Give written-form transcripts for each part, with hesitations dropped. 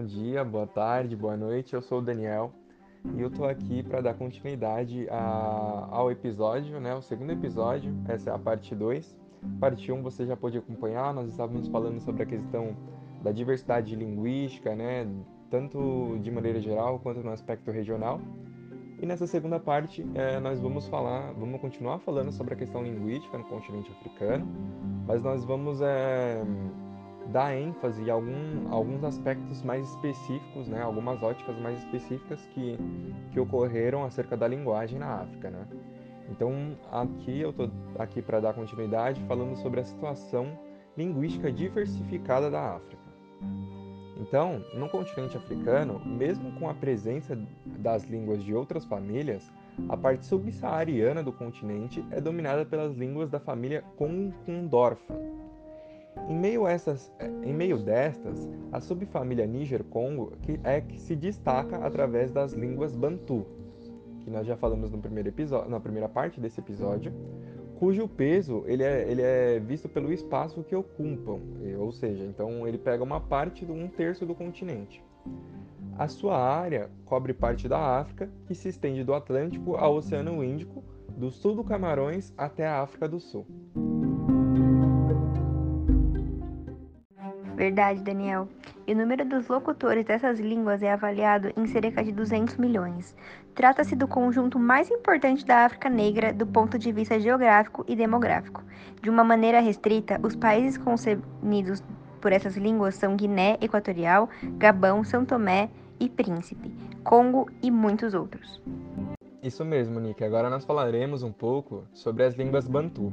dia, boa tarde, boa noite. Eu sou o Daniel e eu tô aqui para dar continuidade ao episódio, né? O segundo episódio, essa é a parte 2. Parte um você já pôde acompanhar, nós estávamos falando sobre a questão da diversidade linguística, né? Tanto de maneira geral quanto no aspecto regional. E nessa segunda parte, nós vamos continuar falando sobre a questão linguística no continente africano, mas nós vamos dar ênfase em alguns aspectos mais específicos, né? Algumas óticas mais específicas que ocorreram acerca da linguagem na África, né? Então, aqui eu estou aqui para dar continuidade falando sobre a situação linguística diversificada da África. Então, no continente africano, mesmo com a presença das línguas de outras famílias, a parte subsaariana do continente é dominada pelas línguas da família Kondorfa. Em meio destas, a subfamília Níger-Congo que se destaca através das línguas Bantu, que nós já falamos no primeiro episódio, na primeira parte desse episódio, cujo peso ele é visto pelo espaço que ocupam, ou seja, então ele pega uma parte de um terço do continente. A sua área cobre parte da África, que se estende do Atlântico ao Oceano Índico, do sul do Camarões até a África do Sul. Verdade, Daniel. E o número dos locutores dessas línguas é avaliado em cerca de 200 milhões. Trata-se do conjunto mais importante da África Negra do ponto de vista geográfico e demográfico. De uma maneira restrita, os países concernidos por essas línguas são Guiné Equatorial, Gabão, São Tomé e Príncipe, Congo e muitos outros. Isso mesmo, Nick. Agora nós falaremos um pouco sobre as línguas Bantu.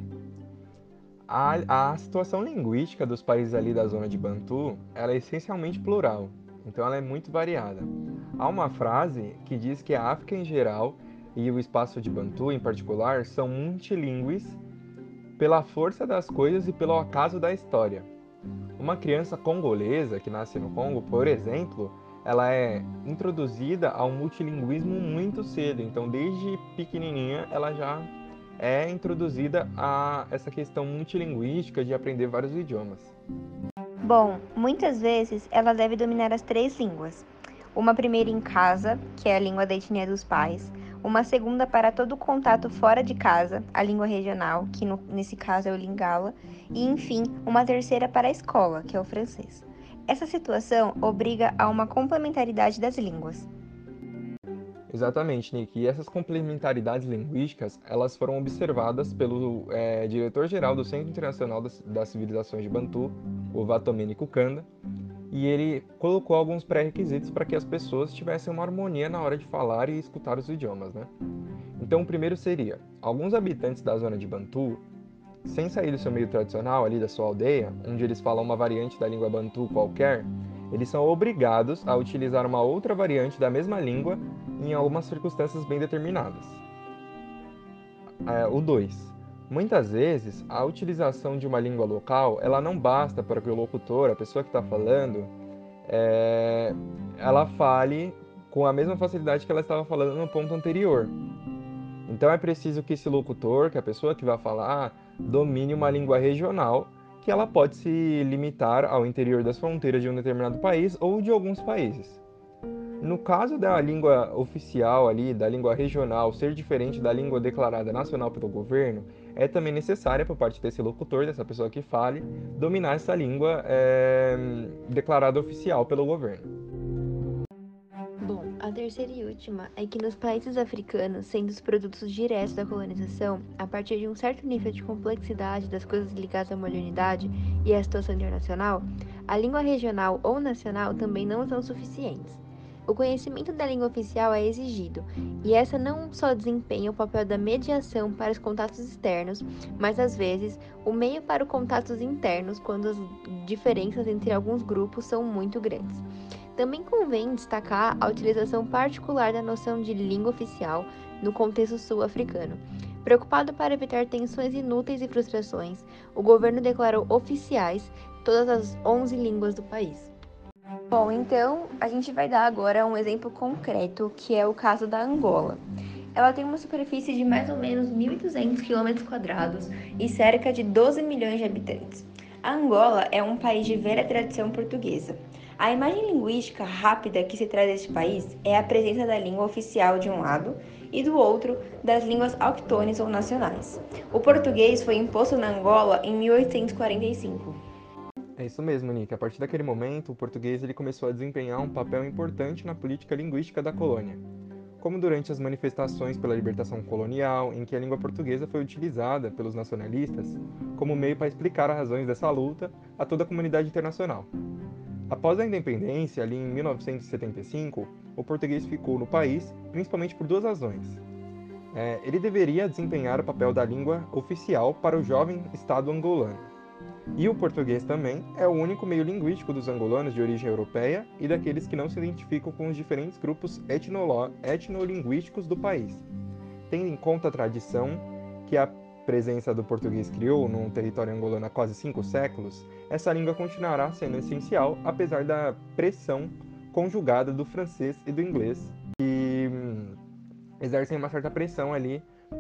A situação linguística dos países ali da zona de Bantu, ela é essencialmente plural, então ela é muito variada. Há uma frase que diz que a África em geral e o espaço de Bantu em particular são multilingües pela força das coisas e pelo acaso da história. Uma criança congolesa que nasce no Congo, por exemplo, ela é introduzida ao multilinguismo muito cedo, então desde pequenininha ela já é introduzida a essa questão multilinguística de aprender vários idiomas. Bom, muitas vezes ela deve dominar as três línguas. Uma primeira em casa, que é a língua da etnia dos pais. Uma segunda para todo o contato fora de casa, a língua regional, que nesse caso é o Lingala. E, enfim, uma terceira para a escola, que é o francês. Essa situação obriga a uma complementaridade das línguas. Exatamente, Nick. E essas complementaridades linguísticas, elas foram observadas pelo diretor-geral do Centro Internacional das Civilizações de Bantu, o Vatomini Kukanda, e ele colocou alguns pré-requisitos para que as pessoas tivessem uma harmonia na hora de falar e escutar os idiomas, né? Então, o primeiro seria, alguns habitantes da zona de Bantu, sem sair do seu meio tradicional, ali da sua aldeia, onde eles falam uma variante da língua Bantu qualquer, eles são obrigados a utilizar uma outra variante da mesma língua em algumas circunstâncias bem determinadas. O 2. Muitas vezes, a utilização de uma língua local, ela não basta para que o locutor, a pessoa que está falando, é, ela fale com a mesma facilidade que ela estava falando no ponto anterior. Então é preciso que esse locutor, que a pessoa que vai falar, domine uma língua regional, que ela pode se limitar ao interior das fronteiras de um determinado país ou de alguns países. No caso da língua oficial ali, da língua regional, ser diferente da língua declarada nacional pelo governo, é também necessária por parte desse locutor, dessa pessoa que fale, dominar essa língua declarada oficial pelo governo. Bom, a terceira e última é que nos países africanos, sendo os produtos diretos da colonização, a partir de um certo nível de complexidade das coisas ligadas à modernidade e à situação internacional, a língua regional ou nacional também não são suficientes. O conhecimento da língua oficial é exigido, e essa não só desempenha o papel da mediação para os contatos externos, mas às vezes o meio para os contatos internos quando as diferenças entre alguns grupos são muito grandes. Também convém destacar a utilização particular da noção de língua oficial no contexto sul-africano. Preocupado para evitar tensões inúteis e frustrações, o governo declarou oficiais todas as 11 línguas do país. Bom, então a gente vai dar agora um exemplo concreto, que é o caso da Angola. Ela tem uma superfície de mais ou menos 1.200 km² e cerca de 12 milhões de habitantes. A Angola é um país de velha tradição portuguesa. A imagem linguística rápida que se traz deste país é a presença da língua oficial de um lado e do outro das línguas auctones ou nacionais. O português foi imposto na Angola em 1845. É isso mesmo, Nick. A partir daquele momento, o português ele começou a desempenhar um papel importante na política linguística da colônia, como durante as manifestações pela libertação colonial, em que a língua portuguesa foi utilizada pelos nacionalistas como meio para explicar as razões dessa luta a toda a comunidade internacional. Após a independência, ali em 1975, o português ficou no país principalmente por duas razões. Ele deveria desempenhar o papel da língua oficial para o jovem Estado angolano. E o português também é o único meio linguístico dos angolanos de origem europeia e daqueles que não se identificam com os diferentes grupos etnolinguísticos do país. Tendo em conta a tradição que a presença do português criou no território angolano há quase 5 séculos, essa língua continuará sendo essencial, apesar da pressão conjugada do francês e do inglês, que exercem uma certa pressão ali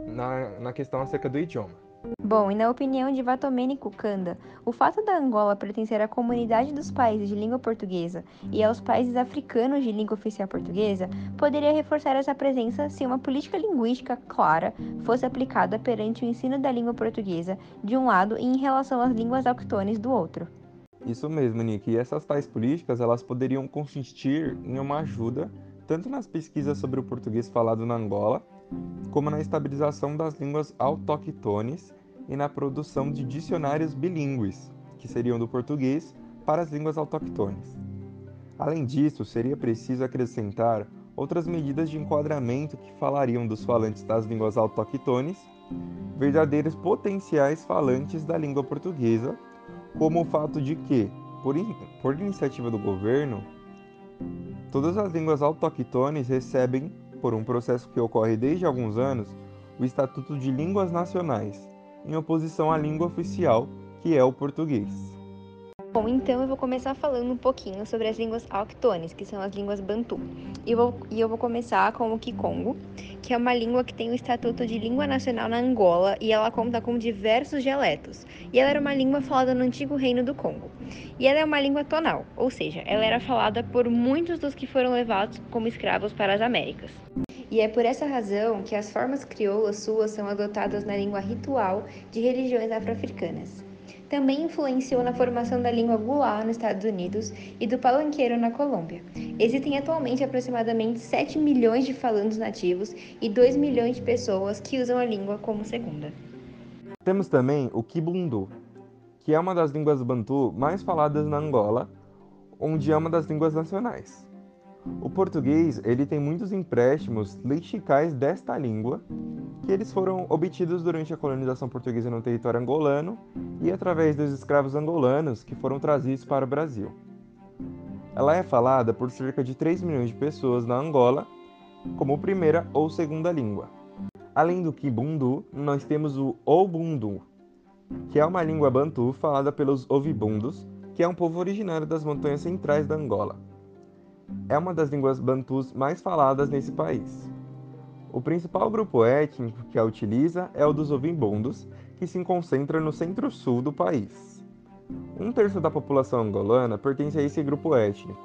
na questão acerca do idioma. Bom, e na opinião de Vatomênico Kanda, o fato da Angola pertencer à comunidade dos países de língua portuguesa e aos países africanos de língua oficial portuguesa poderia reforçar essa presença se uma política linguística clara fosse aplicada perante o ensino da língua portuguesa de um lado e em relação às línguas auctones do outro. Isso mesmo, Nick. E essas tais políticas, elas poderiam consistir em uma ajuda tanto nas pesquisas sobre o português falado na Angola, como na estabilização das línguas autóctones e na produção de dicionários bilíngues, que seriam do português para as línguas autóctones. Além disso, seria preciso acrescentar outras medidas de enquadramento que falariam dos falantes das línguas autóctones, verdadeiros potenciais falantes da língua portuguesa, como o fato de que, por iniciativa do governo, todas as línguas autóctones recebem, por um processo que ocorre desde alguns anos, o Estatuto de Línguas Nacionais, em oposição à língua oficial, que é o português. Bom, então eu vou começar falando um pouquinho sobre as línguas auctones, que são as línguas Bantu. Eu vou começar com o Kikongo, que é uma língua que tem o Estatuto de Língua Nacional na Angola e ela conta com diversos dialetos. E ela era uma língua falada no antigo Reino do Congo. E ela é uma língua tonal, ou seja, ela era falada por muitos dos que foram levados como escravos para as Américas. E é por essa razão que as formas crioulas suas são adotadas na língua ritual de religiões afro-africanas. Também influenciou na formação da língua Gulá nos Estados Unidos e do palanqueiro na Colômbia. Existem atualmente aproximadamente 7 milhões de falantes nativos e 2 milhões de pessoas que usam a língua como segunda. Temos também o Kibundu, que é uma das línguas bantu mais faladas na Angola, onde é uma das línguas nacionais. O português ele tem muitos empréstimos lexicais desta língua, que eles foram obtidos durante a colonização portuguesa no território angolano e através dos escravos angolanos que foram trazidos para o Brasil. Ela é falada por cerca de 3 milhões de pessoas na Angola, como primeira ou segunda língua. Além do Kibundu, nós temos o Obundu, que é uma língua bantu falada pelos Ovibundos, que é um povo originário das montanhas centrais da Angola. É uma das línguas bantus mais faladas nesse país. O principal grupo étnico que a utiliza é o dos Ovimbundos, que se concentra no centro-sul do país. Um terço da população angolana pertence a esse grupo étnico.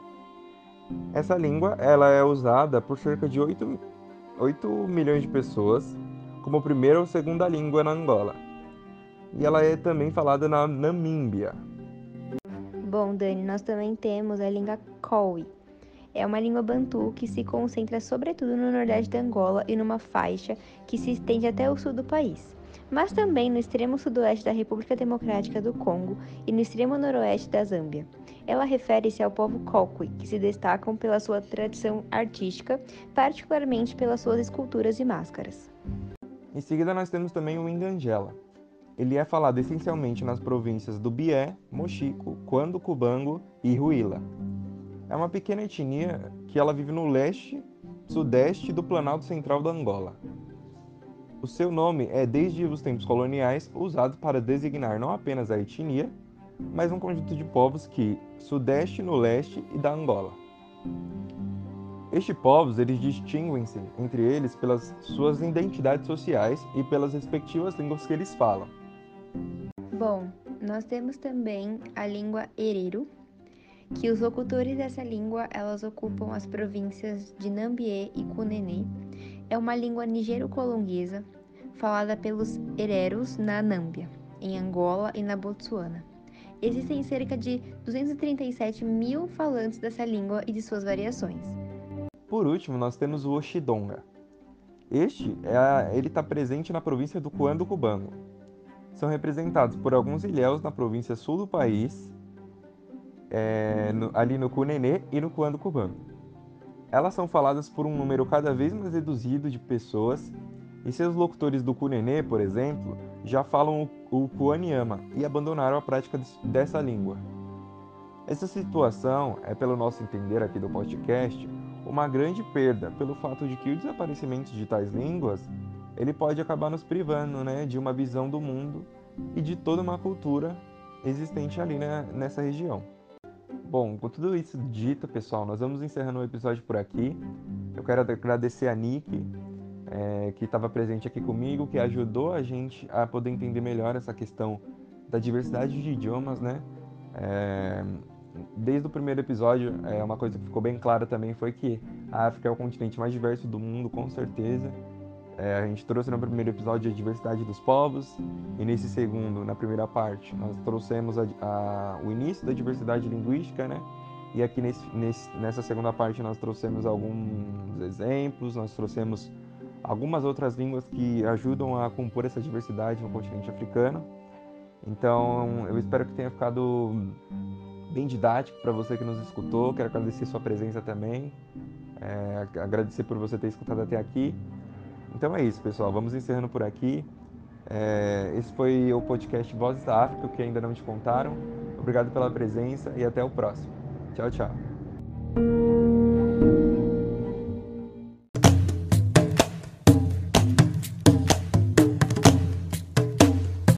Essa língua ela é usada por cerca de 8 milhões de pessoas como primeira ou segunda língua na Angola. E ela é também falada na Namíbia. Bom, Dani, nós também temos a língua Kowi. É uma língua bantu que se concentra sobretudo no nordeste da Angola e numa faixa que se estende até o sul do país, mas também no extremo sudoeste da República Democrática do Congo e no extremo noroeste da Zâmbia. Ela refere-se ao povo Kokwe, que se destacam pela sua tradição artística, particularmente pelas suas esculturas e máscaras. Em seguida nós temos também o Ingangela. Ele é falado essencialmente nas províncias do Bié, Moxico, Cuando Cubango e Huila. É uma pequena etnia que ela vive no leste, sudeste do Planalto Central da Angola. O seu nome é, desde os tempos coloniais, usado para designar não apenas a etnia, mas um conjunto de povos que sudeste no leste e da Angola. Estes povos eles distinguem-se entre eles pelas suas identidades sociais e pelas respectivas línguas que eles falam. Bom, nós temos também a língua Herero, que os locutores dessa língua, elas ocupam as províncias de Nambié e Cunene. É uma língua nigero-colonguesa, falada pelos hereros na Nâmbia, em Angola e na Botsuana. Existem cerca de 237 mil falantes dessa língua e de suas variações. Por último, nós temos o Oxidonga. Ele está presente na província do Cuando-Cubango. São representados por alguns ilhéus na província sul do país, ali no Cunene e no Cuando-Cubango. Elas são faladas por um número cada vez mais reduzido de pessoas e seus locutores do Cunene, por exemplo, já falam o Kuaniama e abandonaram a prática dessa língua. Essa situação é, pelo nosso entender aqui do podcast, uma grande perda pelo fato de que o desaparecimento de tais línguas ele pode acabar nos privando, né, de uma visão do mundo e de toda uma cultura existente ali, né, nessa região. Bom, com tudo isso dito, pessoal, nós vamos encerrando o episódio por aqui. Eu quero agradecer a Nick, que estava presente aqui comigo, que ajudou a gente a poder entender melhor essa questão da diversidade de idiomas, né? É, Desde o primeiro episódio, uma coisa que ficou bem clara também foi que a África é o continente mais diverso do mundo, com certeza. A gente trouxe no primeiro episódio a diversidade dos povos, e nesse segundo, na primeira parte, nós trouxemos o início da diversidade linguística, né? E aqui nessa segunda parte nós trouxemos alguns exemplos, nós trouxemos algumas outras línguas que ajudam a compor essa diversidade no continente africano. Então, eu espero que tenha ficado bem didático para você que nos escutou. Quero agradecer sua presença também, agradecer por você ter escutado até aqui. Então é isso, pessoal. Vamos encerrando por aqui. Esse foi o podcast Vozes da África, o que ainda não te contaram. Obrigado pela presença e até o próximo. Tchau, tchau.